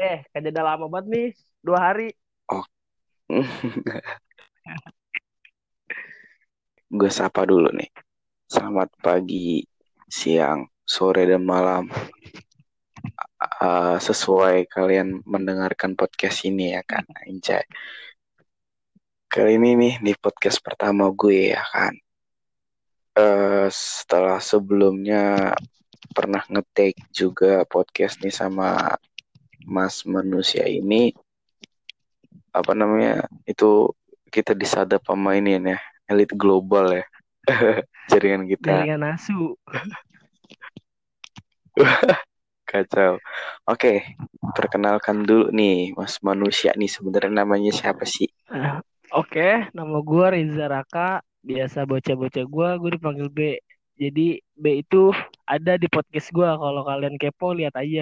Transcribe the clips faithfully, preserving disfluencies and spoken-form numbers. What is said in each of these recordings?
Eh, kan udah lama banget nih. Dua hari. Oh, gue sapa dulu nih. Selamat pagi, siang, sore, dan malam. Uh, sesuai kalian mendengarkan podcast ini ya kan, Anjay. Kali ini nih di podcast pertama gue ya kan. Uh, setelah sebelumnya pernah nge-take juga podcast nih sama Mas Manusia ini, apa namanya, itu kita disadap pemainin ya, elit global ya. Jaringan kita. Jaringan asu. Kacau. Oke, perkenalkan dulu nih, Mas Manusia nih sebenarnya namanya siapa sih? Ah, Oke, nama gue Reza Raka. Biasa bocah-bocah gue, gue dipanggil B. Jadi B itu ada di podcast gue. Kalau kalian kepo, lihat aja.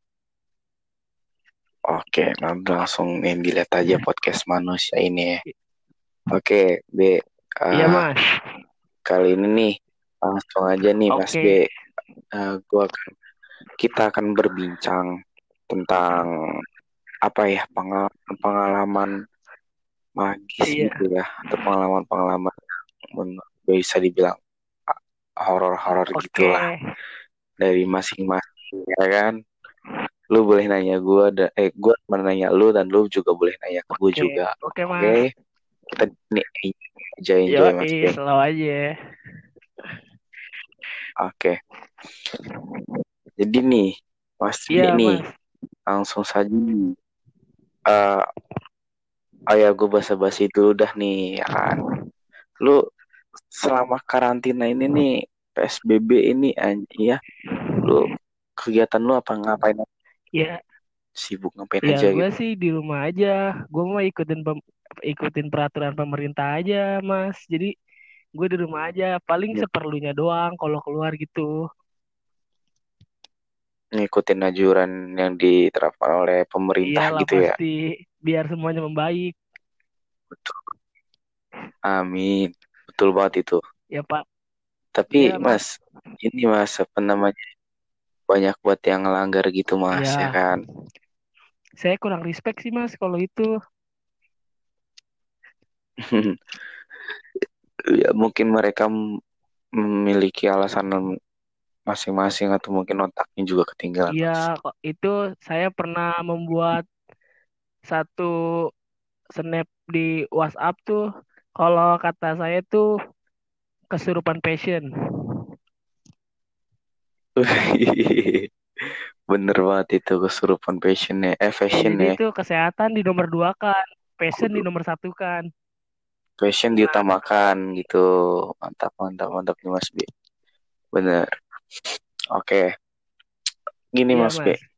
Oke, nanti langsung nih dilihat aja podcast Manusia ini ya. Oke, B. Iya, uh, Mas. Kali ini nih langsung aja nih Mas B. Oke. Uh, gua akan kita akan berbincang tentang apa ya pengalaman-pengalaman magis gitu Iya. ya, atau pengalaman-pengalaman yang bisa dibilang uh, horor-horor Oke. gitulah dari masing-masing ya kan. Lu boleh nanya gue, da- eh gue menanya lu dan lu juga boleh nanya ke gue Oke. juga. Oke, Oke, Mas. kita nih aja Yo, enjoy Mas Ben. slow aja. Oke, jadi nih Mas B Iya, nih Mas. langsung saja nih. Eh, ayah gue basa-basi dulu dah nih ya kan. Lu selama karantina ini nih P S B B ini an- ya, lu kegiatan lu apa ngapain? Ya, Sibuk ngapain Ya aja gue gitu? sih di rumah aja. Gue mau ikutin pem- ikutin peraturan pemerintah aja, Mas. Jadi gue di rumah aja. Paling Ya, seperlunya doang kalau keluar gitu. ngikutin anjuran yang diterapkan oleh pemerintah Iyalah gitu ya. pasti biar semuanya membaik. Betul. Amin. Betul banget itu. Ya Pak. Tapi Iya Mas. Mas, ini Mas apa namanya, banyak buat yang ngelanggar gitu Mas ya Ya kan. saya kurang respect sih Mas kalau itu. Ya mungkin mereka m- memiliki alasan masing-masing atau mungkin otaknya juga ketinggalan Iya Mas. kok itu saya pernah membuat satu snap di WhatsApp tuh. Kalau kata saya tuh kesurupan passion. Bener banget itu kesurupan passionnya, eh Ya, fashion jadi ya. itu kesehatan di nomor dua kan, passion di Kudu nomor satu kan. passion Nah, diutamakan gitu. Mantap, mantap, mantap nih Mas B. Bener. Oke, gini iya Mas B. mas.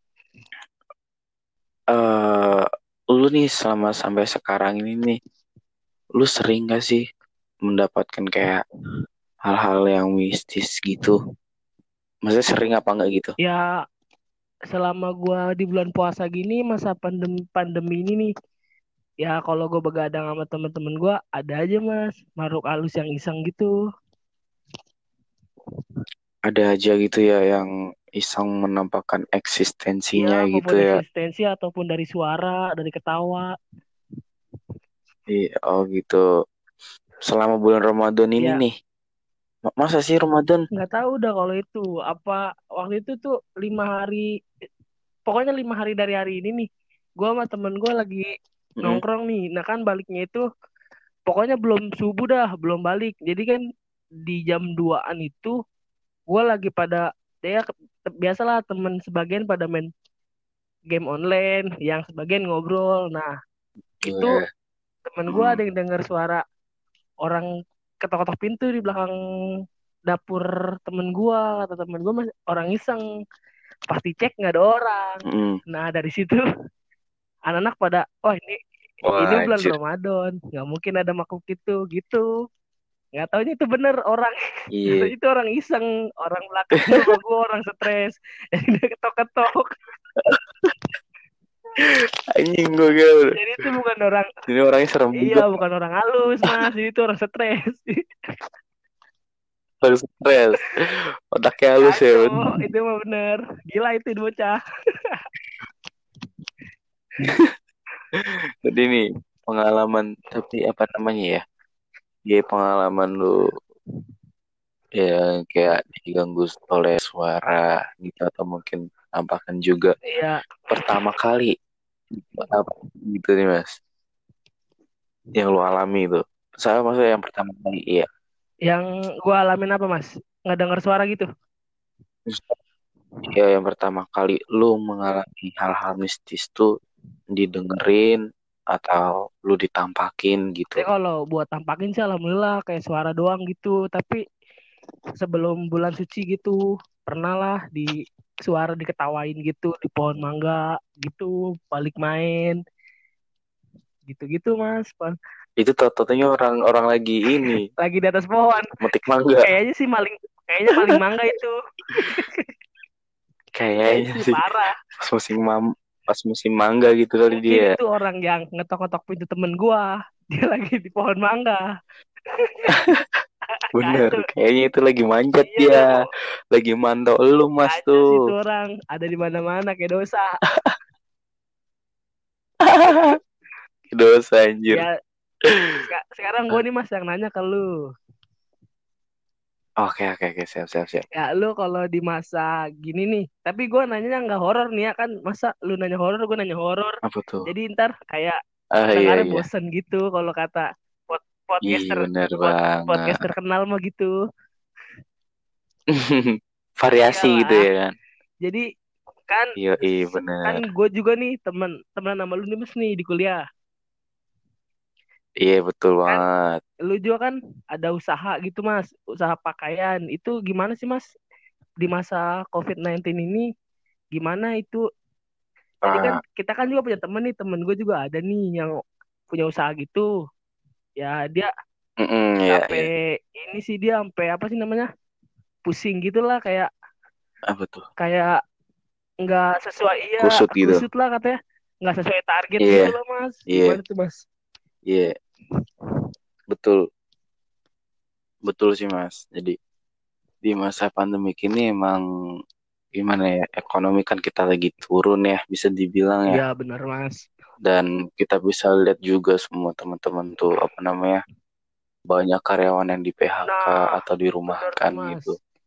Eh, lu nih selama sampai sekarang ini nih, lu sering gak sih mendapatkan kayak hal-hal yang mistis gitu? Maksudnya sering apa enggak gitu? Ya selama gua di bulan puasa gini masa pandemi pandemi ini nih, ya kalau gua begadang sama temen-temen gua ada aja mas makhluk halus yang iseng gitu. Ada aja gitu ya yang iseng menampakkan Ya eksistensinya gitu maupun ya. eksistensi ataupun dari suara, dari ketawa. Iya, oh gitu. Selama bulan Ramadan ini Ya nih, ma- masa sih Ramadan? nggak tahu dah kalau itu apa waktu itu tuh lima hari, pokoknya lima hari dari hari ini nih. Gua sama temen gua lagi Mm-mm. nongkrong nih. Nah kan baliknya itu pokoknya belum subuh dah, belum balik. Jadi kan di jam duaan itu gue lagi pada ya ke- biasalah temen sebagian pada main game online, yang sebagian ngobrol. Nah, itu Iya. temen gue ada Mm. yang dengar suara orang ketok-ketok pintu di belakang dapur temen gue. Kata temen gue orang iseng, pasti cek nggak ada orang. Mm. Nah, dari situ anak-anak pada, oh ini ini Wah, bulan anjir. Ramadan, nggak mungkin ada makhluk itu gitu. Nggak taunya itu bener orang, nggak Iya. taunya itu orang iseng, orang belakang rumah gue orang stres, jadi dia ketok-ketok. Anjing gue kira. Jadi itu bukan orang, Ini orangnya serem iya juga. bukan orang halus mas, jadi itu orang stres. Harus stres. Otaknya halus ya. Kacau, itu mah bener, gila itu bocah. Jadi nih pengalaman tapi apa namanya ya? Ya pengalaman lu ya kayak diganggu oleh suara gitu atau mungkin tampakkan juga Iya, pertama kali apa gitu nih Mas yang lu alami itu. Saya maksudnya yang pertama kali iya. yang gua alamin apa mas? Nggak dengar suara gitu. Ya yang pertama kali lu mengalami hal-hal mistis tuh didengerin atau lu ditampakin gitu. Tapi kalau buat tampakin sih alhamdulillah kayak suara doang gitu. Tapi sebelum bulan suci gitu pernah lah di suara diketawain gitu di pohon mangga gitu balik main gitu-gitu mas. Pan- Itu tau-taunya orang-orang lagi ini Lagi di atas pohon. metik mangga. Kayaknya sih maling, kayaknya maling mangga itu. Kayaknya Kayaknya sih sih parah. pas musim mam pas musim mangga gitu kali Mungkin dia. itu orang yang ngetok-ngetok pintu temen gua. Dia lagi di pohon mangga. Bener, Kacau. kayaknya itu lagi manjat Iya dia. dia mau Lagi mantau lu mas kacau tuh. sih itu orang. Ada di mana-mana kayak dosa. Dosa anjir. Ya seka- sekarang gua nih mas yang nanya ke lu. Oke oke oke siap siap siap. Ya lu kalau di masa gini nih, tapi gue nanyanya nggak horor nih ya kan, masa lu nanya horor, gue nanya horor. Apa tuh? Jadi ntar kayak Ah iya pendengarnya iya. bosen gitu kalau kata pod Ih podcaster bener pod banget. podcaster kenal mah gitu. Variasi gitu Iyalah. ya kan. Jadi kan Iya iya kan bener. gue juga nih temen temen sama lu nih mas nih di kuliah. Iya betul Kan banget. lu juga kan ada usaha gitu mas, usaha pakaian. Itu gimana sih mas di masa covid sembilan belas ini gimana itu. Jadi kan Ah, kita kan juga punya temen nih, temen gue juga ada nih yang punya usaha gitu. Ya dia mm-mm, iya sampai iya. ini sih dia sampai apa sih namanya pusing gitu lah kayak Apa tuh? kayak nggak sesuai iya Kusut gitu. kusut lah katanya nggak sesuai target gitu Iya loh mas. iya Gimana tuh mas? iya betul betul sih mas. Jadi di masa pandemi ini emang gimana ya ekonomi kan kita lagi turun ya bisa dibilang ya Iya benar mas. dan kita bisa lihat juga semua teman-teman tuh apa namanya banyak karyawan yang di P H K Nah atau benar tuh dirumahkan mas. gitu.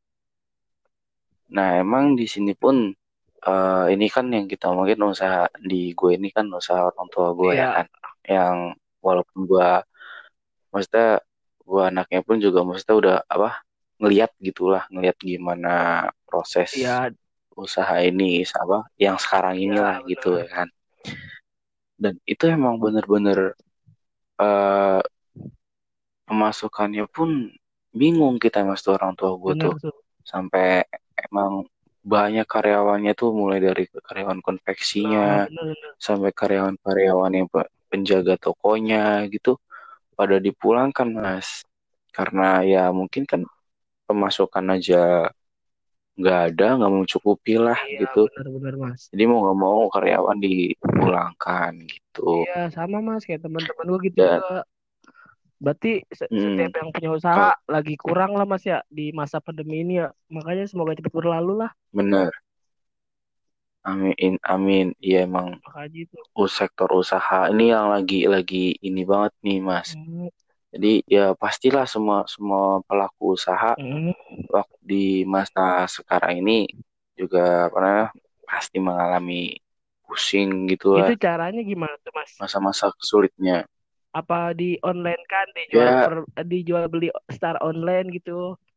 Nah emang di sini pun eh, ini kan yang kita omongin usaha di gue ini kan usaha orang tua gue ya Iya kan yang walaupun gue maksudnya gue anaknya pun juga maksudnya udah apa ngeliat gitulah ngeliat gimana proses iya usaha ini apa yang sekarang iya inilah gitu benar ya kan dan itu emang bener-bener eh, pemasukannya pun bingung kita mas tuh orang tua gue benar tuh tuh. sampai emang banyak karyawannya tuh mulai dari karyawan konveksinya Nah benar benar. sampai karyawan-karyawan yang pe- penjaga tokonya gitu pada dipulangkan mas karena ya mungkin kan pemasukan aja nggak ada nggak mencukupi lah Iya gitu benar benar mas. jadi mau nggak mau karyawan dipulangkan gitu Iya sama mas kayak teman-teman gue gitu dan juga. Berarti se- setiap hmm, yang punya usaha kalau lagi kurang lah Mas ya di masa pandemi ini ya. Makanya semoga cepat berlalu lah. bener amin amin iya emang Makanya itu. us- sektor usaha ini yang lagi lagi ini banget nih mas Hmm, jadi ya pastilah semua semua pelaku usaha hmm. waktu di masa sekarang ini juga apa namanya pasti mengalami pusing gitu Itu lah caranya gimana tuh Mas? masa-masa sulitnya Apa di online kan dijual ya per dijual beli secara online gitu.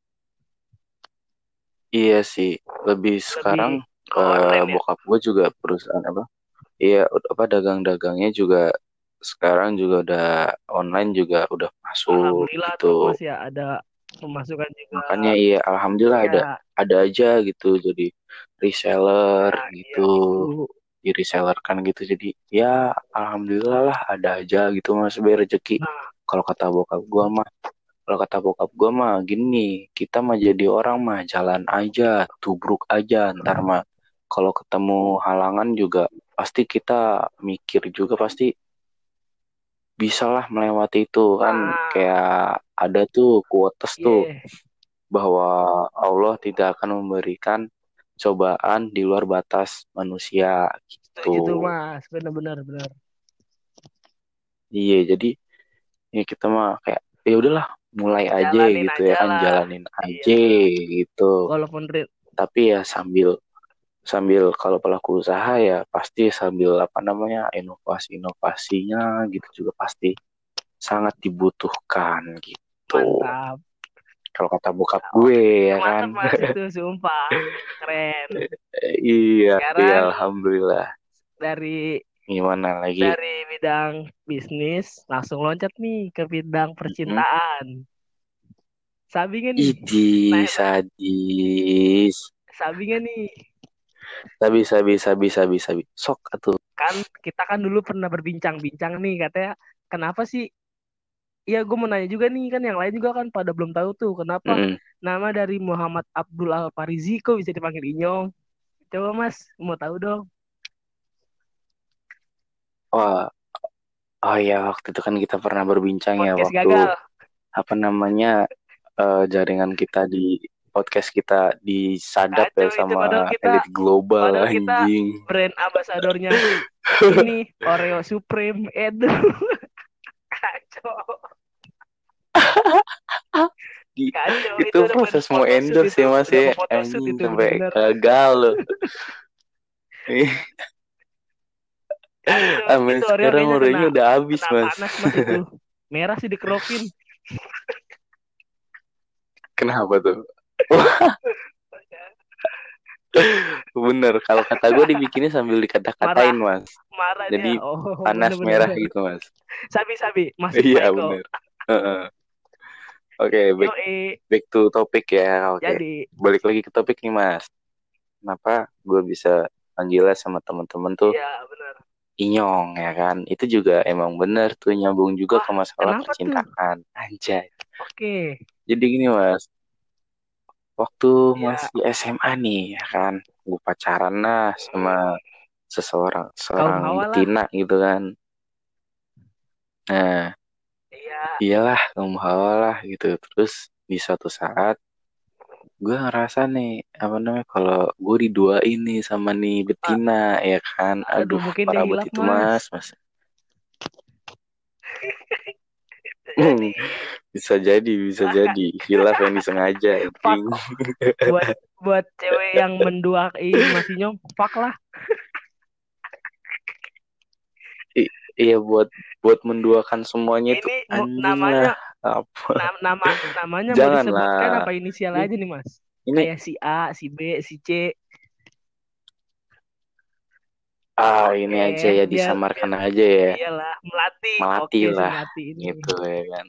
iya sih lebih sekarang Lebih ke eh, online ya. bokap gue juga perusahaan apa iya ud- apa dagang-dagangnya juga sekarang juga udah online juga udah masuk Alhamdulillah gitu tuh Mas ya ada pemasukan juga. makanya iya alhamdulillah ada Iya, ada aja gitu jadi reseller nah, gitu iya itu. di reseller kan gitu jadi ya alhamdulillah lah ada aja gitu mas biar rezeki Nah, kalau kata bokap gua mah kalau kata bokap gua mah gini kita mah jadi orang mah jalan aja tubruk aja ntar mah kalau ketemu halangan juga pasti kita mikir juga pasti bisalah melewati itu kan nah, kayak ada tuh quotes tuh iya. bahwa Allah tidak akan memberikan cobaan di luar batas manusia Setuju tuh Mas, benar-benar benar. Iya, jadi ya kita mah kayak ya udahlah mulai aja Jalanin gitu ya aja kan, lah. jalanin aja Iya. gitu. Walaupun re- Tapi ya sambil sambil kalau pelaku usaha ya pasti sambil apa namanya inovasi-inovasinya gitu juga pasti sangat dibutuhkan gitu. mantap. Kalau kata bokap Oke, gue ya kan. mantap Mas itu sumpah. Keren. Iya, iya Sekarang alhamdulillah. dari Gimana lagi? dari bidang bisnis langsung loncat nih ke bidang Mm-mm. percintaan. Sabi nggak nih? Nah, Idih, sadis. sabi nggak nih? Sabi, sabi, sabi, sabi, sabi. Sok atuh. Kan kita kan dulu pernah berbincang-bincang nih katanya kenapa sih? Iya, gue mau nanya juga nih kan yang lain juga kan pada belum tahu tuh kenapa Mm-mm. nama dari Muhammad Abdul Al Farizi kok bisa dipanggil Inyong? Coba Mas, mau tahu dong. Wah, oh ya waktu itu kan kita pernah berbincang ya Podcast waktu gagal. apa namanya eh, jaringan kita di podcast kita disadap ya Kacau itu sama padahal kita elit global padahal kita anjing. brand ambasadornya ini Oreo Supreme Edo. Kacau. Di- Kacau itu itu udah proses mau photoshoot endorse itu, ya mas udah ya mau photoshoot anjing itu sampai bener-bener. gagal loh. Kacau Sampai itu Oreo sekarang kayaknya kena orangnya udah habis kena mas. panas Mas itu. Merah sih dikerokin. Kenapa tuh? Bener, kalau kata gue dibikinnya sambil Marah, dikata-katain mas. marah dia. Jadi Oh, panas bener-bener merah bener. gitu mas. Sabi-sabi masuk Iya Michael. bener. Heeh. Oke, back, Yo, eh, back to topik ya. Oke, jadi balik lagi ke topik nih mas. Kenapa gue bisa manggilnya sama temen-temen tuh iya bener. Inyong ya kan? Itu juga emang bener tuh nyambung juga Wah, ke masalah kenapa tuh? percintaan. Anjay. Oke, Jadi gini mas, waktu ya masih S M A nih ya kan, gue pacaran lah sama seseorang kaum seorang hawa lah. betina gitu kan. Nah, Iya. iyalah kamu hawa lah gitu. Terus di suatu saat gue ngerasa nih apa namanya kalau gue diduain nih sama nih Ah, betina ya kan. aduh Aduh, mungkin dia parah banget hilaf itu Mas. mas, mas. Jadi Bisa jadi, bisa lah Kak, jadi. Hilaf yang disengaja, fuck anjing. buat buat cewek yang menduain Mas Inyong, fuck lah. I- iya buat buat menduakan semuanya itu Ini mu- anjing lah. namanya Apa? na- nama namanya mau disebutkan Janganlah. apa inisial Ini aja nih Mas? ini Kayak si A, si B, si C. ah ini Oke, aja ya biar disamarkan biar aja ya. iyalah melati. Melati Oke, si lah melati ini. gitu ya kan.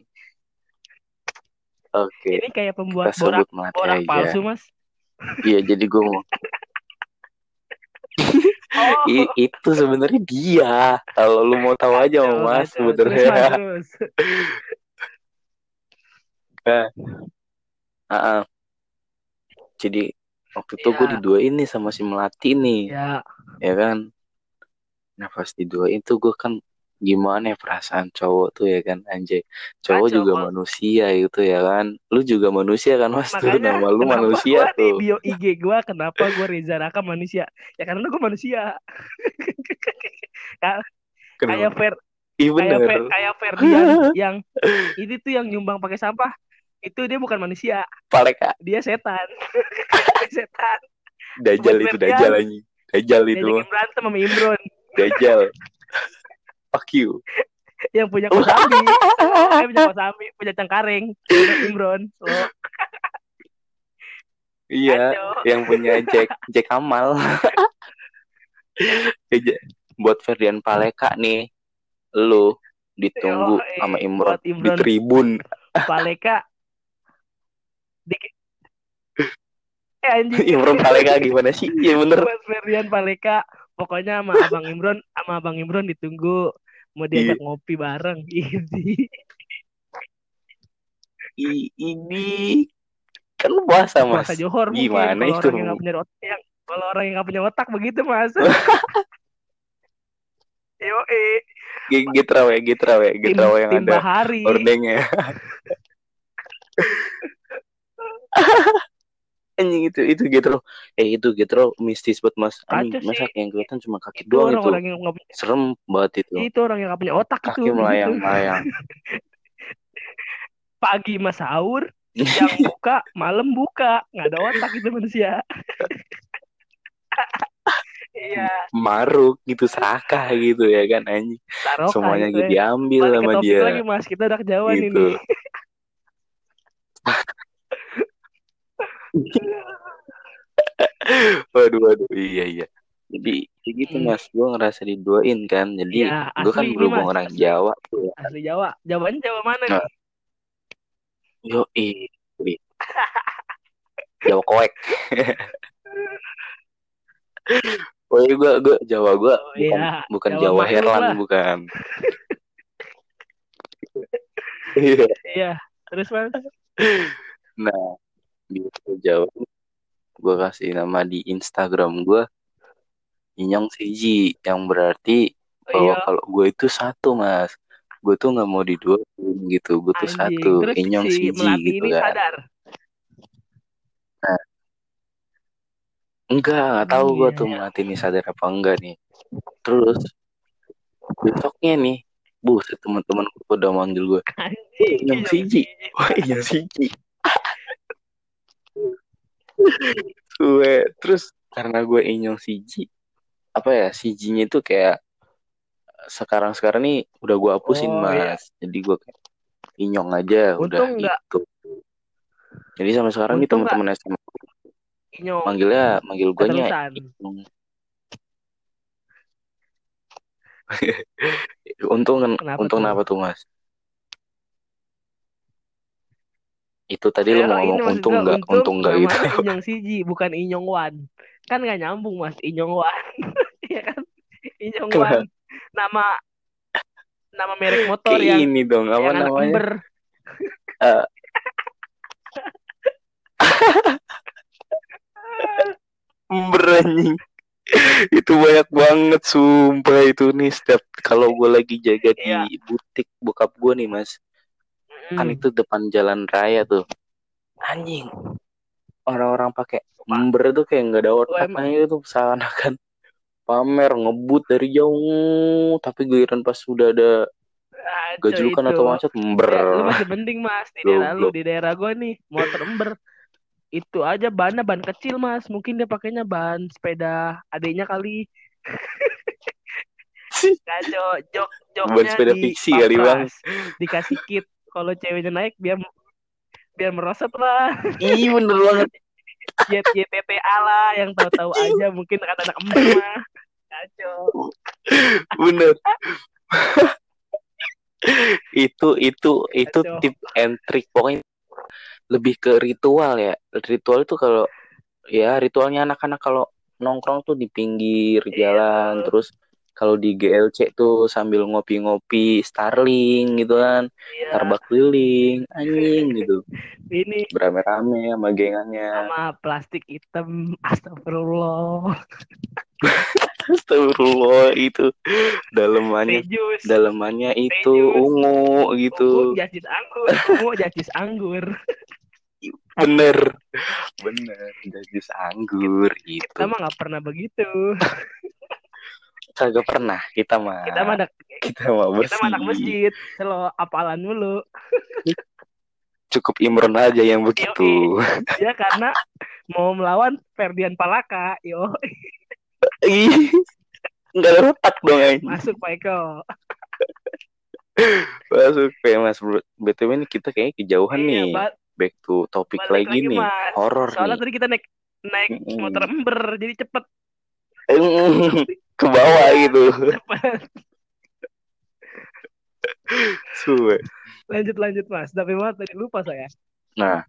Oke, Ini kayak kita pembuat borak sebut Melati borak aja. palsu Mas. Iya, jadi gue mau I- Oh, itu sebenarnya dia. Kalau lu mau tahu aja kacau, mau Mas kacau. Terus Mas sebenarnya. terus. Nah, ah, ah. Jadi waktu itu gue Iya, diduain nih sama si Melati nih, ya ya kan. Nah pas diduain tuh gue kan gimana ya perasaan cowok tuh ya kan anjay. Cowok kacau. juga Kok manusia gitu ya kan. Lu juga manusia kan Mas tuh makanya nama lu kenapa manusia gua di tuh. bio I G gua kenapa gua Reza Raka manusia? Ya karena gua manusia. Ka- Kayak Kenapa? Fer Iya kayak bener. Fer kayak Ferdian yang ini tuh yang nyumbang pakai sampah. Itu dia bukan manusia, Paleka. dia setan. Dia setan. Dajjal Buat itu Dajjal Ferdian anjing. Dajjal itu mah. diajakin berantem sama Imron Dajjal. Fuck you. yang punya Kosambi. Lo, eh punya Kosambi, punya Cengkareng. Imron. Lo Iya, kacau. yang punya Jack Jack Kamal. Buat Ferdian Paleka nih, lu Yo, ditunggu sama eh, Imron buat di Imron tribun. Paleka dikit eh, anjing. Imron Paleka gimana sih? Iya bener. Buat Ferdian Paleka pokoknya sama Abang Imron sama Abang Imron ditunggu mau Iya. diajak ngopi bareng ini. I- ini kan puasa mas. Puasa Johor mungkin Gimana kalau itu? orang yang nggak punya otak yang kalau orang yang nggak punya otak begitu Mas. Yo eh G- Gitrawe, gitrawe, tim gitrawe yang tim ada Bahari. ordengnya. Anjing itu itu Getro. Eh itu Getro mistis banget mas. Anjing Kacau sih. masa yang kelihatan cuma kaki Itu doang itu. orang-orang yang nggak punya, Serem banget itu. itu orang yang nggak punya otak itu Kaki di situ. melayang-layang. Pagi mas sahur, siang buka, malam buka, nggak ada otak itu manusia. Iya, Maruk gitu serakah gitu ya kan anjing. Saroka Semuanya itu gitu ya. diambil Balik ke sama topik dia lagi mas, kita udah kejauhan ini. gitu. Waduh waduh iya iya. Jadi kayak gitu Hmm. mas, gue ngerasa diduain kan. Jadi Iya gue asli kan ini berhubung mas, orang asli, Jawa tuh ya. asli Jawa. Jawabannya Jawa mana Nah, nih? yo Jawa koek. Oh iya gue gue Jawa gue Oh bukan iya, bukan Jawa Jawa maklum Herlan lah. bukan. Iya. Iya, terus mas? Nah di Jawa gue kasih nama di Instagram gue Inyong Siji yang berarti Oh bahwa iya, kalau gue itu satu mas, gue tuh nggak mau diduain gitu, gue tuh satu anjing. Terus Inyong si Siji Melati gitu ini kan. sadar. Nah, enggak nggak tahu Hmm, gue iya, tuh iya. Melati ini sadar apa enggak nih. Terus besoknya nih, buset teman-teman gue udah manggil gue, wah Anjing, Inyong Inyong Siji, Siji. wah Inyong Siji. Gue terus karena gue Inyong Siji, apa ya Sijinya itu kayak sekarang-sekarang nih udah gue hapusin Oh iya, mas, jadi gue kayak Inyong aja udah untung nggak, gitu. Jadi sampai sekarang nih untung nggak teman-teman S M A Inyong manggilnya manggil gue nya keterusan. Inyong. Untung kan Kenapa untung tuh? apa tuh mas? Itu tadi lu Eh, mau ini ngomong maksud untung gue nggak? untung Untung nggak gitu? namanya Inyong Siji bukan Inyong Wan. Kan nggak nyambung mas, Inyong Wan. Iya kan? Inyong Wan. Kenapa? Nama nama merek motor Kayak yang ini dong apa yang anak namanya? ember. Eh, ember anjing. Itu banyak banget sumpah itu nih setiap kalau gue lagi jaga Iya. di butik bokap gue nih mas. Kan Hmm. itu depan jalan raya tuh. Anjing. Orang-orang pakai Pak, ember tuh kayak nggak ada oh, emang otaknya itu seakan-akan pamer ngebut dari jauh tapi giliran pas sudah ada aco gajlukan itu. atau macet ember Ya, lu masih mending mas di daerah lu, goblok. di daerah gua nih motor ember itu aja bannya ban kecil mas. Mungkin dia pakainya ban sepeda adiknya kali. Kacau, jok Beban joknya sepeda di fiksi kali bang. papras, dikasih kit. Kalau ceweknya naik biar biar merosot lah. Ih bener banget. Jet Y T T A lah yang tahu-tahu aja mungkin anak-anak ember mah. Kacau. Bener. itu itu itu Kacau. tip and trick pokoknya lebih ke ritual ya. Ritual itu kalau ya ritualnya anak-anak kalau nongkrong tuh di pinggir Iya jalan tuh. terus kalau di G L C tuh sambil ngopi-ngopi Starling gitu kan, Iya. Starbucks keliling anjing gitu Ini berame-rame sama gengannya. sama plastik hitam. Astagfirullah. Astagfirullah itu dalemannya Tejus. dalemannya itu Tejus. ungu Ungu gitu. jacis anggur. Ungu jacis anggur. Bener bener udah jus anggur Kita itu mah nggak pernah begitu. kagak pernah kita Kita mah mah anak kita mah kita mah anak bersih masjid. Selo apalan mulu. cukup Imron aja yang Yo, begitu. ya karena mau melawan Ferdian Palaka. Yo, Ih, nggak ada otak dong ini. masuk Pak Eko. Masuk kayak mas B T W ini kita kayaknya kejauhan Iya, nih. ba- Back to topik balik lagi lagi nih, Mas. horor Soalnya nih. tadi kita naik naik motor Mm-mm. ember, jadi cepet. Ke bawah Iya, gitu. cepet. Suwe. Lanjut lanjut Mas. Tapi banget tadi lupa saya. Nah,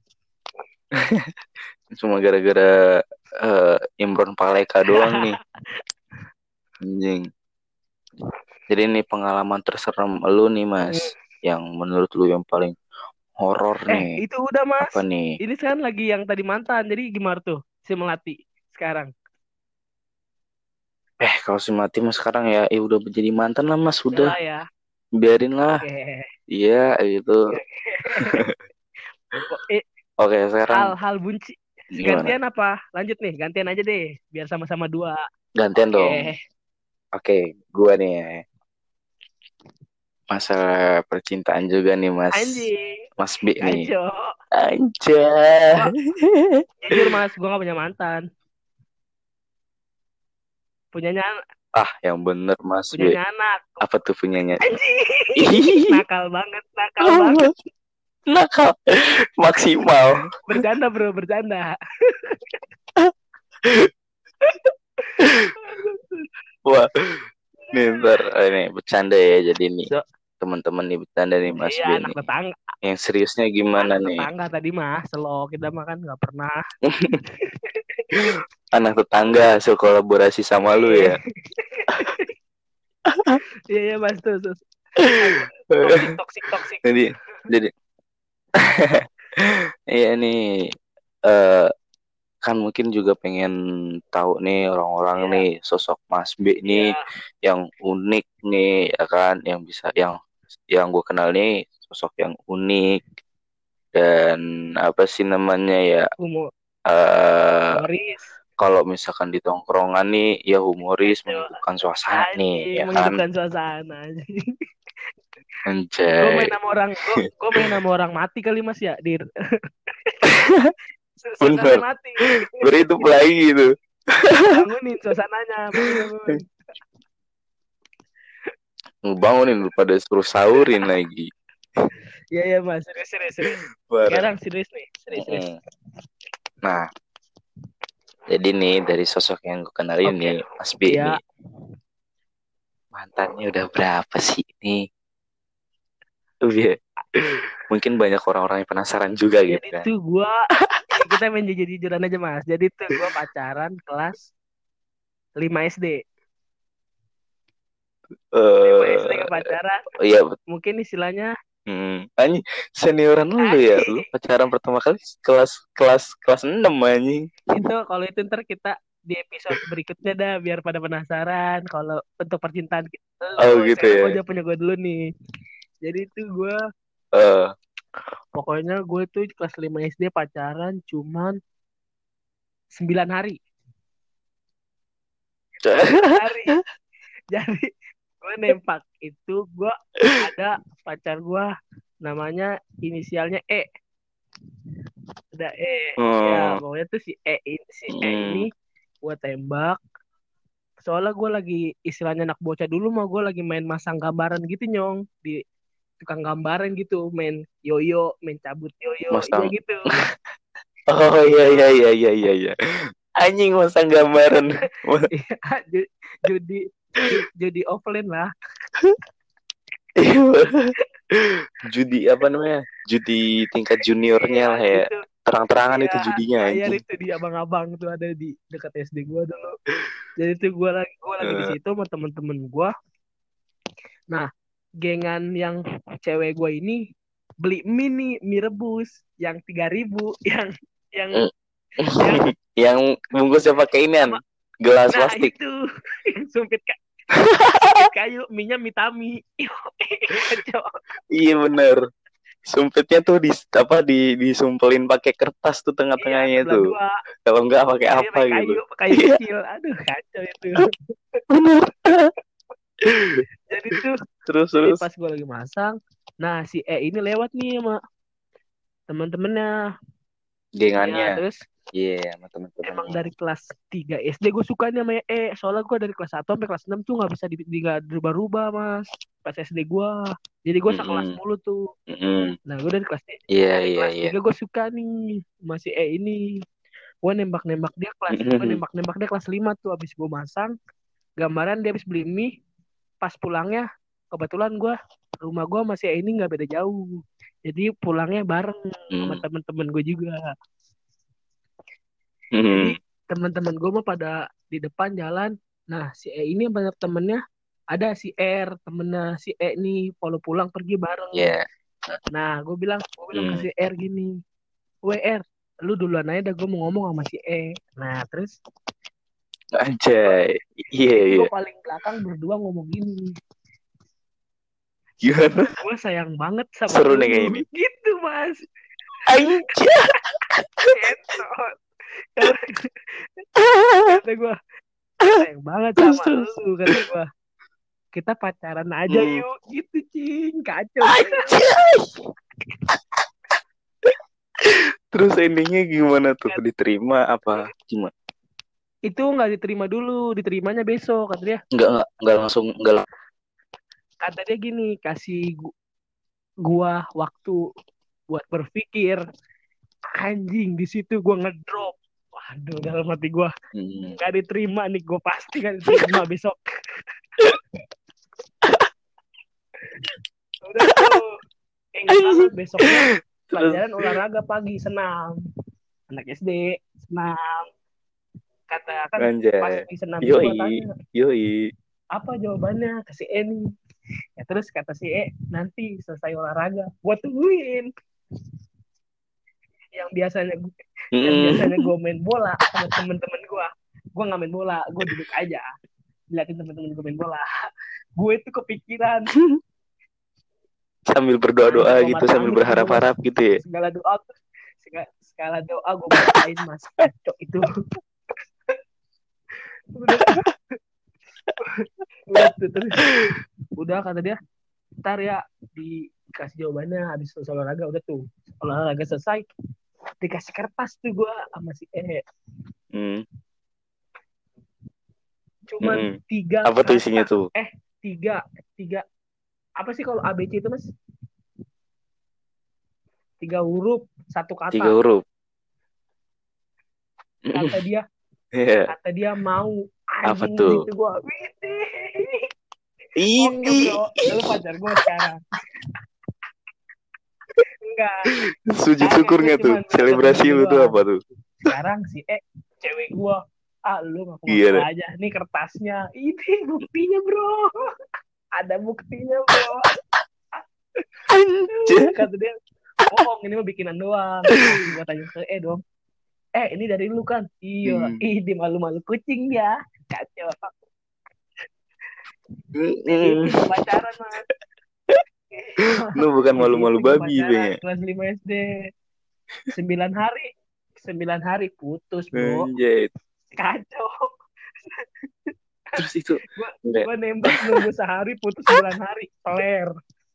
cuma gara-gara uh, Imron Paleka doang nih. Anjing. Jadi ini pengalaman terserem lu nih mas, yang menurut lu yang paling horor Eh, nih. itu udah Mas. Apa nih? Ini sekarang lagi yang tadi mantan. Jadi gimana tuh si Melati sekarang? Eh kalau si Mati mas sekarang ya, eh udah menjadi mantan lah mas, Udah sudah lah ya. biarin lah. Oke. Iya gitu. Oke. oke. Eh, Oke sekarang hal-hal bunci. Gimana? Gantian apa? Lanjut nih, gantian aja deh, biar sama-sama dua. Gantian dong. Oke, Oke, gua nih ya. Masalah percintaan juga nih Mas. anjing, Mas B nih. ngaco. Gua Anjay. jujur mas, gua gak punya mantan. Punyanya, Ah, yang bener Mas B. punyanya anak. Apa tuh punyanya? Anjing, Ih, nakal banget, nakal banget. nakal. Maksimal. Bercanda bro, bercanda. Wah, nih ntar ini bercanda ya jadi nih. So, Teman-teman nih bercanda nih Mas iya B anak nih. tetangga, Yang seriusnya gimana anak nih? tetangga tadi mah, selo kita mah kan nggak pernah. Anak tetangga hasil kolaborasi sama lu Iya, ya. iya, iya mas tuh, tuh. Toxic, toxic, toxic. Jadi jadi iya nih eh kan mungkin juga pengen tahu nih orang-orang Iya, nih sosok Mas B nih iya. yang unik nih ya kan yang bisa yang yang gue kenal nih sosok yang unik dan apa sih namanya ya Humor, eh humoris. kalau misalkan di tongkrongan nih ya humoris Kacau. menghidupkan suasana nih Anjing, ya kan menghidupkan suasana. Anjing. Gue anjay main sama orang, gue gue main sama orang mati kali mas ya, dir. Suasana bener mati. berhidup lagi gitu. Bangunin suasananya, bangun, bangun. Ngebangunin lu pada suruh sahurin lagi. Iya, iya mas, serius, serius, serius. Bareng. Sekarang serius nih, serius, serius. Mm-mm. Nah, jadi nih dari sosok yang gue kenalin Oke. nih, Mas B Iya, nih, mantannya udah berapa sih nih? Iya. Mungkin banyak orang-orang yang penasaran juga gitu jadi kan. tuh gue, ini kita main jujur-jujuran aja mas. Jadi tuh gue pacaran kelas lima S D. lima S D ke Eh, pacaran, iya, mungkin istilahnya hmm. Anjing, senioran lu ya. Lu anjing. pacaran pertama kali kelas kelas kelas enam anjing. Itu kalau itu ntar kita di episode berikutnya dah biar pada penasaran kalau untuk percintaan kita. Oh Lu gitu sekarang ya. gue jawab punya gue dulu nih. Jadi itu gue Eh, pokoknya gue tuh kelas lima S D pacaran cuman sembilan hari. sembilan hari. Jadi gue nempak itu gue ada pacar gue namanya inisialnya E. Ada E. Ya hmm, pokoknya tuh si E ini si E ini hmm. gue tembak. Soalnya gue lagi istilahnya anak bocah dulu mah gue lagi main masang gambaran gitu nyong di tukang gambaran gitu main yoyo main cabut yoyo iya Masang. gitu. Oh iya iya iya iya iya iya. Anjing masang gambaran. Iya, ju- judi ju- judi offline lah. Judi apa namanya? Judi tingkat Iya juniornya lah ya. itu. Terang-terangan Iya itu judinya bayar anjing. itu di abang-abang tuh ada di dekat S D gue dulu. Jadi tuh gue lagi gue lagi di Eh, situ sama temen-temen gue. Nah, gengan yang cewek gue ini beli mie nih, mie rebus yang tiga ribu yang yang mm. yang Yang bungkusnya pakai inian, apa? gelas Nah, plastik. itu yang sumpit ka- sumpit kayu, minyak mitami. Kacau. Iya bener. Sumpitnya tuh di apa di disumpelin pakai kertas tuh Iya, tengah-tengahnya sebelah tuh. dua. Kalau enggak pakai Iya, apa pakai gitu. kayu, kayu Iya, kecil. Aduh, kacau itu. bener. Jadi tuh, Terus jadi terus. pas gue lagi masang, nah si E ini lewat nih sama teman-temannya. Ya, Gengannya. terus Iya, yeah, sama emang teman-temannya. dari kelas tiga S D gue suka nih sama E. Soalnya gue dari kelas satu sampai kelas enam tuh nggak bisa di, di gak berubah-ubah, Mas. Pas S D gue. Jadi gue sekelas Mm-mm. mulu tuh. Mm-mm. Nah, gue dari kelas Iya, dari iya, kelas iya. tiga gue suka nih masih E ini. Gue nembak-nembak dia kelas gue Mm-mm. nembak-nembak dia kelas lima tuh habis gue masang gambaran dia habis beli mie pas pulangnya kebetulan gue rumah gue masih E ini nggak beda jauh. Jadi pulangnya bareng sama Mm. temen-temen gue juga. Jadi Mm. teman-teman gue mah pada di depan jalan. Nah, si E ini banyak temennya. Ada si R, temennya si E nih, kalau pulang pergi bareng. Iya. Nah, gue bilang, gue bilang ke Mm. si R gini, W R, lu duluan aja dah gue mau ngomong sama si E. Nah, terus gue, Anjay. Iya, jadi iya. gue paling belakang berdua ngomong gini, Gimana? gue sayang banget sama Seru nih kayak lu. ini. Gitu, Mas. Anjay. Entot. Kata gue, sayang banget Terus sama terus. lu, kata gue. Kita pacaran aja Hmm. yuk, gitu cing, kacau gue. Anjay. Terus endingnya gimana tuh? Diterima apa gimana? Itu nggak diterima dulu, diterimanya besok, kata dia. Enggak enggak enggak langsung enggak. Kata dia gini, kasih gu- gua waktu buat berpikir. Anjing, di situ gua ngedrop. Waduh, dalam hati gua Hmm. nggak diterima nih, gua pasti nggak diterima besok. Udah tuh, ingat banget besoknya Terus pelajaran olahraga pagi, senam. Anak S D, senam. Kata kan pas anjay. di senam itu gua Yoi. tanya, Yoi. apa jawabannya ke si E nih? Ya terus kata si E, nanti selesai olahraga, gua tungguin. Yang biasanya yang biasanya Hmm. gue main bola sama temen-temen gue, gue nggak main bola, gue duduk aja liatin temen-temen gue main bola. Gue itu kepikiran Sambil panjang berdoa-doa gitu, amat sambil amit tuh bos, berharap-harap gitu ya. segala doa segala, segala doa gue bacain mas, kacau itu. Udah tuh, udah tuh terus udah kata dia, ntar ya dikasih jawabannya habis selesai olahraga. Udah tuh olahraga selesai, dikasih kertas tuh gue sama si E, Hmm. cuman Hmm. tiga Apa tuh isinya kata, tuh? eh tiga tiga apa sih kalau A B C itu mas, tiga huruf satu Tiga kata. huruf. Kata dia, Iya. kata dia mau. Apa Anjing, di tuh? situ gue, oke Ini bro, lu pacar gue sekarang. Enggak, sujud kagak, syukur gue nggak tuh? cuman Selebrasi bercanda lu tuh doang. apa tuh? Sekarang si E cewek gue, ah lu ngaku-ngaku Iya. aja nih kertasnya, ini buktinya bro, ada buktinya bro. Anjir. Kata dia, bohong, ini mah bikinan doang. Langsung gue tanya ke E dong, eh ini dari lu kan? Iya, Hmm. ih di malu-malu kucing dia, kacau. Di situ Hmm. gue pacaran mas. Lu bukan Di situ malu-malu gue babi pacaran bengnya. kelas lima S D. Sembilan hari, sembilan hari putus bro, Anjir. kacau. Terus itu gue enggak. gue nembak nunggu sehari, putus sembilan hari, peler.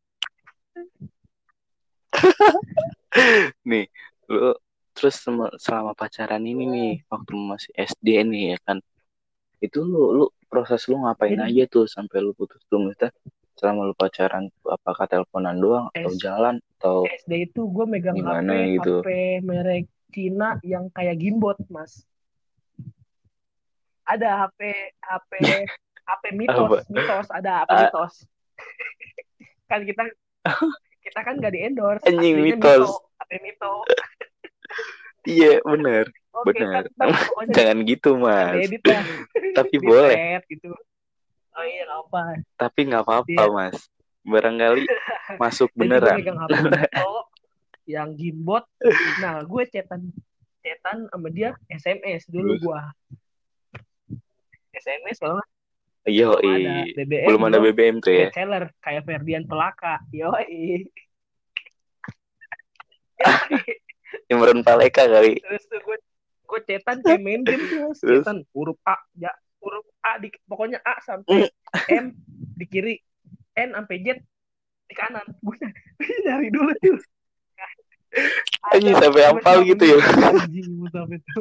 Nih, lu terus selama, selama pacaran ini nih, waktu masih S D nih ya kan. Itu lu lu proses lu ngapain Jadi aja tuh sampai lu putus tuh maksudnya selama lu pacaran tuh apakah teleponan doang atau S jalan atau SD itu gue megang H P gimana H P gitu? merek Cina yang kayak gimbot mas. Ada H P H P H P mitos, Apa? mitos ada H P Ah, mitos. Kan kita kita kan gak di endorse, anjing aslinya mitos. mito, H P mito. Iya, bener. Oke, Bener. ntar, ntar pokoknya Jangan gitu, ntar Mas. diedit dah, Tapi di boleh. red gitu. Oh iya, nggak apa. Tapi nggak apa-apa, Dia, Mas. Barangkali masuk jadi gue beneran. megang H P Mito yang gimbot. Nah, gue cetan cetan sama dia S M S dulu Terus, gue. S M S kalau nggak, yo, belum ada B B M, belum ada belum B B M tuh ya. best seller kayak Ferdian Pelaka. Yoi. Yoi. Imron Paleka kali. Terus tuh gue gue cetan kayak main game tuh, Terus, cetan huruf A, ya huruf A di pokoknya A mm, sampai M di kiri, N sampai Z di kanan. Gue dari dulu tuh ada anjing sampai sampai hafal lima gitu menit ya. anjing sampai itu.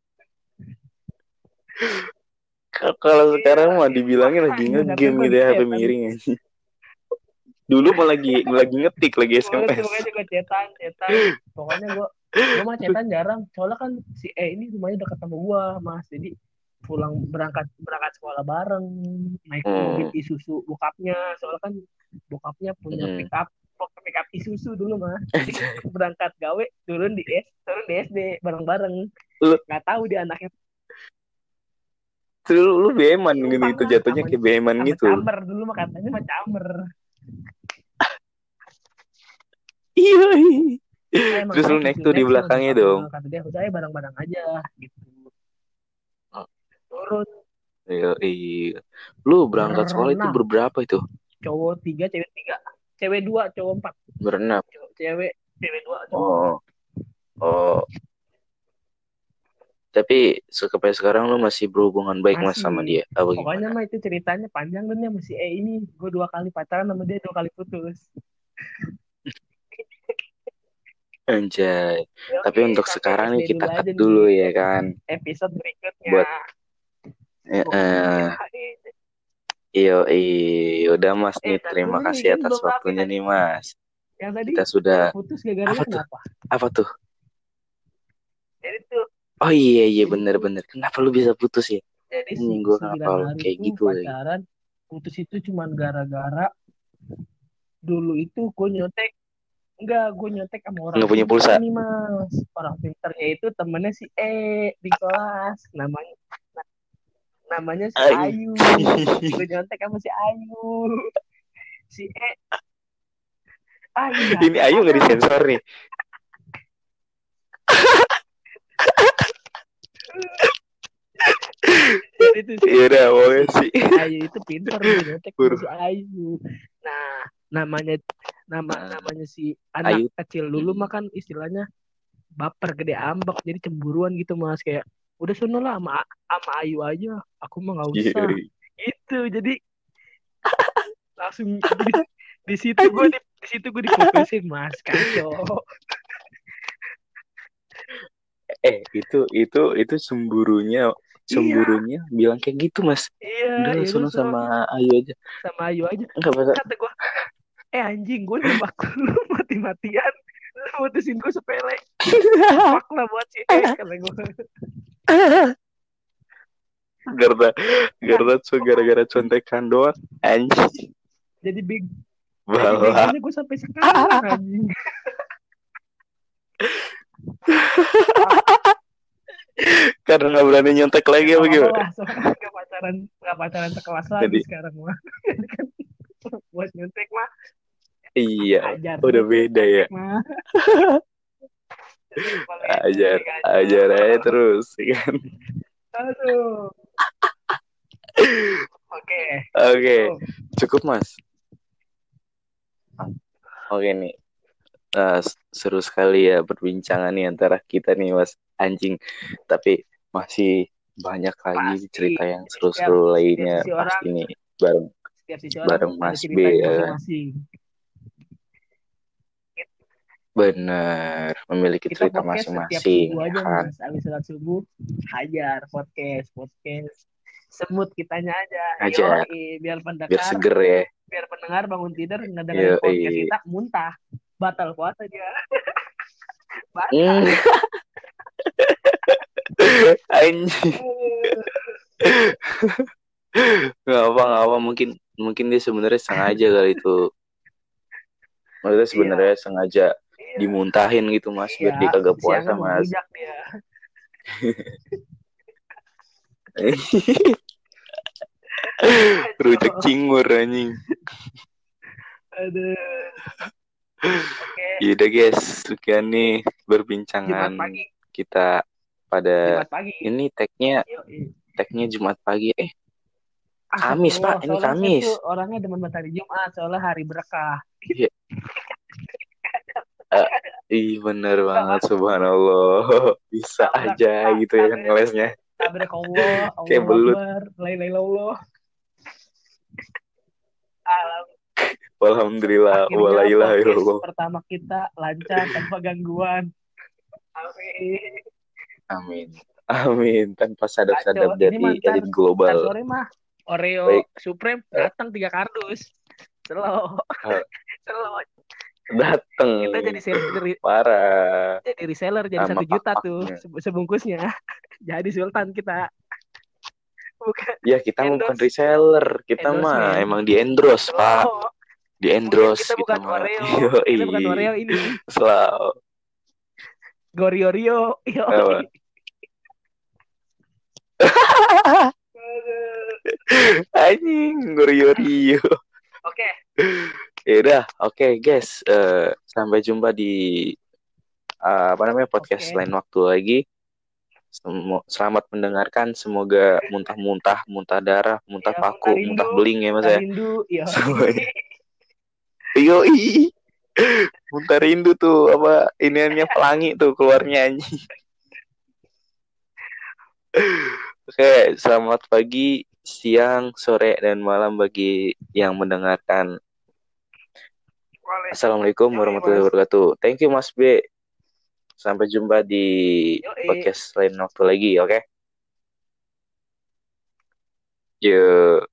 K- Kalau Iya, sekarang mah iya, dibilangin lagi makanya sampai ngegame gue gitu ya, H P cetan. miring anjing. Dulu mah lagi lagi ngetik lagi Gue tuh S M S. makanya gue cetan, cetan. Pokoknya gue gue mah cetan jarang. Soalnya kan si E ini rumahnya dekat sama gue, mas. Jadi pulang berangkat berangkat sekolah bareng, naik mobil Hmm. Isuzu bokapnya. Soalnya kan bokapnya punya Hmm. pick up pick up Isuzu dulu mah. Jadi berangkat gawe turun di S turun di S D bareng-bareng. Lu, Nggak tahu dia anaknya lu, lu beman gitu, numpang itu lah jatuhnya sama kayak beman sama gitu. camer dulu mah, katanya mah camer. Iya. Saya emang Terus lu naik naik isi tuh di next mah belakangnya bokapnya, dong. kata dia saya bareng-bareng aja gitu. Turun Iya, iya. Lu berangkat sekolah itu berenam, berberapa itu? cowok tiga cewek tiga, cewek dua cowok empat, Berenam. cewek cewek dua cowok empat. Oh, oh. Tapi sampai sekarang lu masih berhubungan baik mas sama Masih. dia? Apa Pokoknya gimana? mah itu ceritanya panjang dan ya masih eh ini gue dua kali pacaran sama dia dua kali putus. Anjay. Ya, Tapi oke, untuk sampai sekarang S D nih kita dulu cut aja dulu nih. ya kan. Episode berikutnya Buat eh, gue kasih eh, ceritain. iyo iyo udah mas Eh, nih tar terima dulu nih kasih kan atas belum rapi waktunya tadi. nih mas. Yang tadi Kita sudah lu putus gara-garanya apa tuh? kenapa? Apa tuh? Jadi tuh, Oh iya iya jadi tuh, bener-bener. Kenapa lu bisa putus ya? jadi Ini si gue kenapa sembilan lu hari kayak tuh gitu lagi? pacaran. Putus itu cuman gara-gara dulu itu gue nyontek. Enggak, gue nyontek sama orang Nggak punya pinter pulsa. nih mas. Orang pinternya itu temennya si E di kelas. Namanya namanya si Ay. Ayu. Gue nyontek sama si Ayu. Si E, ah iya, Ini Ayu nggak ada. disensor nih. Jadi tuh si, Iya udah pokoknya si sih. Ayu itu pinter gue nyontek sama Pur. si Ayu. Nah, namanya nama Nah, namanya si anak Ayu. kecil dulu mah Mm. kan istilahnya baper gede ambek jadi cemburuan gitu mas kayak udah sono lah sama sama Ayu aja aku mah nggak usah Iya. gitu jadi langsung di, di situ gue di, di situ gue diputusin mas kacau. Eh itu itu itu cemburunya Iya, cemburunya bilang kayak gitu mas. iya, Udah ya udah langsung sono sama Ayu aja. sama Ayu aja. Enggak masa. Kata gue, eh anjing gue nembak lu mati-matian lu putusin gue sepele. Fuck lah buat si E kata gue. Karena Kan karena cuma gara-gara contekan doang. Anjing. jadi big jadi Bala. begonya gue sampai sekarang anjing. Karena nggak berani nyontek Ya lagi nggak apa apa-apa gimana? lah soalnya nggak pacaran nggak pacaran sekelas lagi Jadi sekarang mah. Jadi kan buat nyontek mah iya ajar udah terus tuh beda ya. nyontek mah. Jadi kalau Ajar nyontek aja. ajar aja terus ya kan. Aduh. Oke. Oke Tuh. cukup mas. Oke nih. Eh, seru sekali ya perbincangan nih antara kita nih mas anjing. Tapi masih banyak lagi Pasti cerita yang setiap seru-seru setiap lainnya sisi pasti orang nih bareng setiap sisi orang bareng ada Mas B ceritanya ya kan. masing-masing. Bener memiliki Kita cerita podcast setiap masing-masing subuh ya aja kan. mas. Habis sholat subuh hajar podcast podcast. Semut kitanya aja. Yo, Ajar biar biar pendengar seger ya. biar pendengar bangun tidur ngedengerin Yo, podcast kita muntah batal puasa dia batal. hmm. Anjing. Nggak apa nggak apa mungkin mungkin dia sebenarnya sengaja kali itu. Maksudnya Iya, sebenarnya sengaja iya, dimuntahin gitu mas iya, biar dia kagak puasa siangnya mau mas. rujak dia. Rujak Aduh, cingur anjing. aduh. Oke, Yaudah guys, sekian nih Jumat berbincangan pagi, kita pada Jumat pagi. ini tagnya Yuk, tagnya Jumat pagi. Eh, Kamis astagfirullah, Pak, ini soalnya saya Kamis. tuh orangnya demen banget hari Jumat, soalnya hari berkah. Iya, eh, ih bener banget Enggak, subhanallah. Bisa tabrak, aja tak, gitu ya kan tabrak, ngelesnya. tabrak Allah, Kayak Allah belut. Akbar, la ilaha illallah. Alam. Alhamdulillah, Akhirnya wala ilaha podcast illallah. pertama kita lancar tanpa gangguan. Amin. Amin. Amin. Tanpa Kacau. sadap-sadap Ini dari mantar, elit ntar global. sore mah Oreo Baik. Supreme eh, datang tiga kardus. Slow. eh, Slow. dateng Kita jadi sel- jadi, parah jadi reseller jadi sama satu juta tuh pak-paknya. se- sebungkusnya. Jadi sultan kita. Bukan Ya kita mah bukan endorse reseller, kita mah endorsement. emang di endorse pak, Slow. di Mungkin endorse kita kita bukan mah. Oreo. Yoi, Kita bukan Oreo ini. selalu Goriorio. Yo. apa? Anjing, Gorio-rio. Oke. Ya udah, oke guys, Eh, sampai jumpa di eh, apa namanya podcast Oke. lain waktu lagi. Semo- Selamat mendengarkan, semoga muntah-muntah, muntah darah, muntah Ya, muntah paku, muntah rindu, beling ya mas muntah ya. rindu. Yo. Semuanya. Yoi, muntah rindu tuh apa iniannya pelangi tuh keluarnya anjing. Oke, selamat pagi, siang, sore, dan malam bagi yang mendengarkan. Assalamualaikum warahmatullahi wabarakatuh. Thank you Mas B. Sampai jumpa di podcast lain waktu lagi, oke? Okay? Yuk.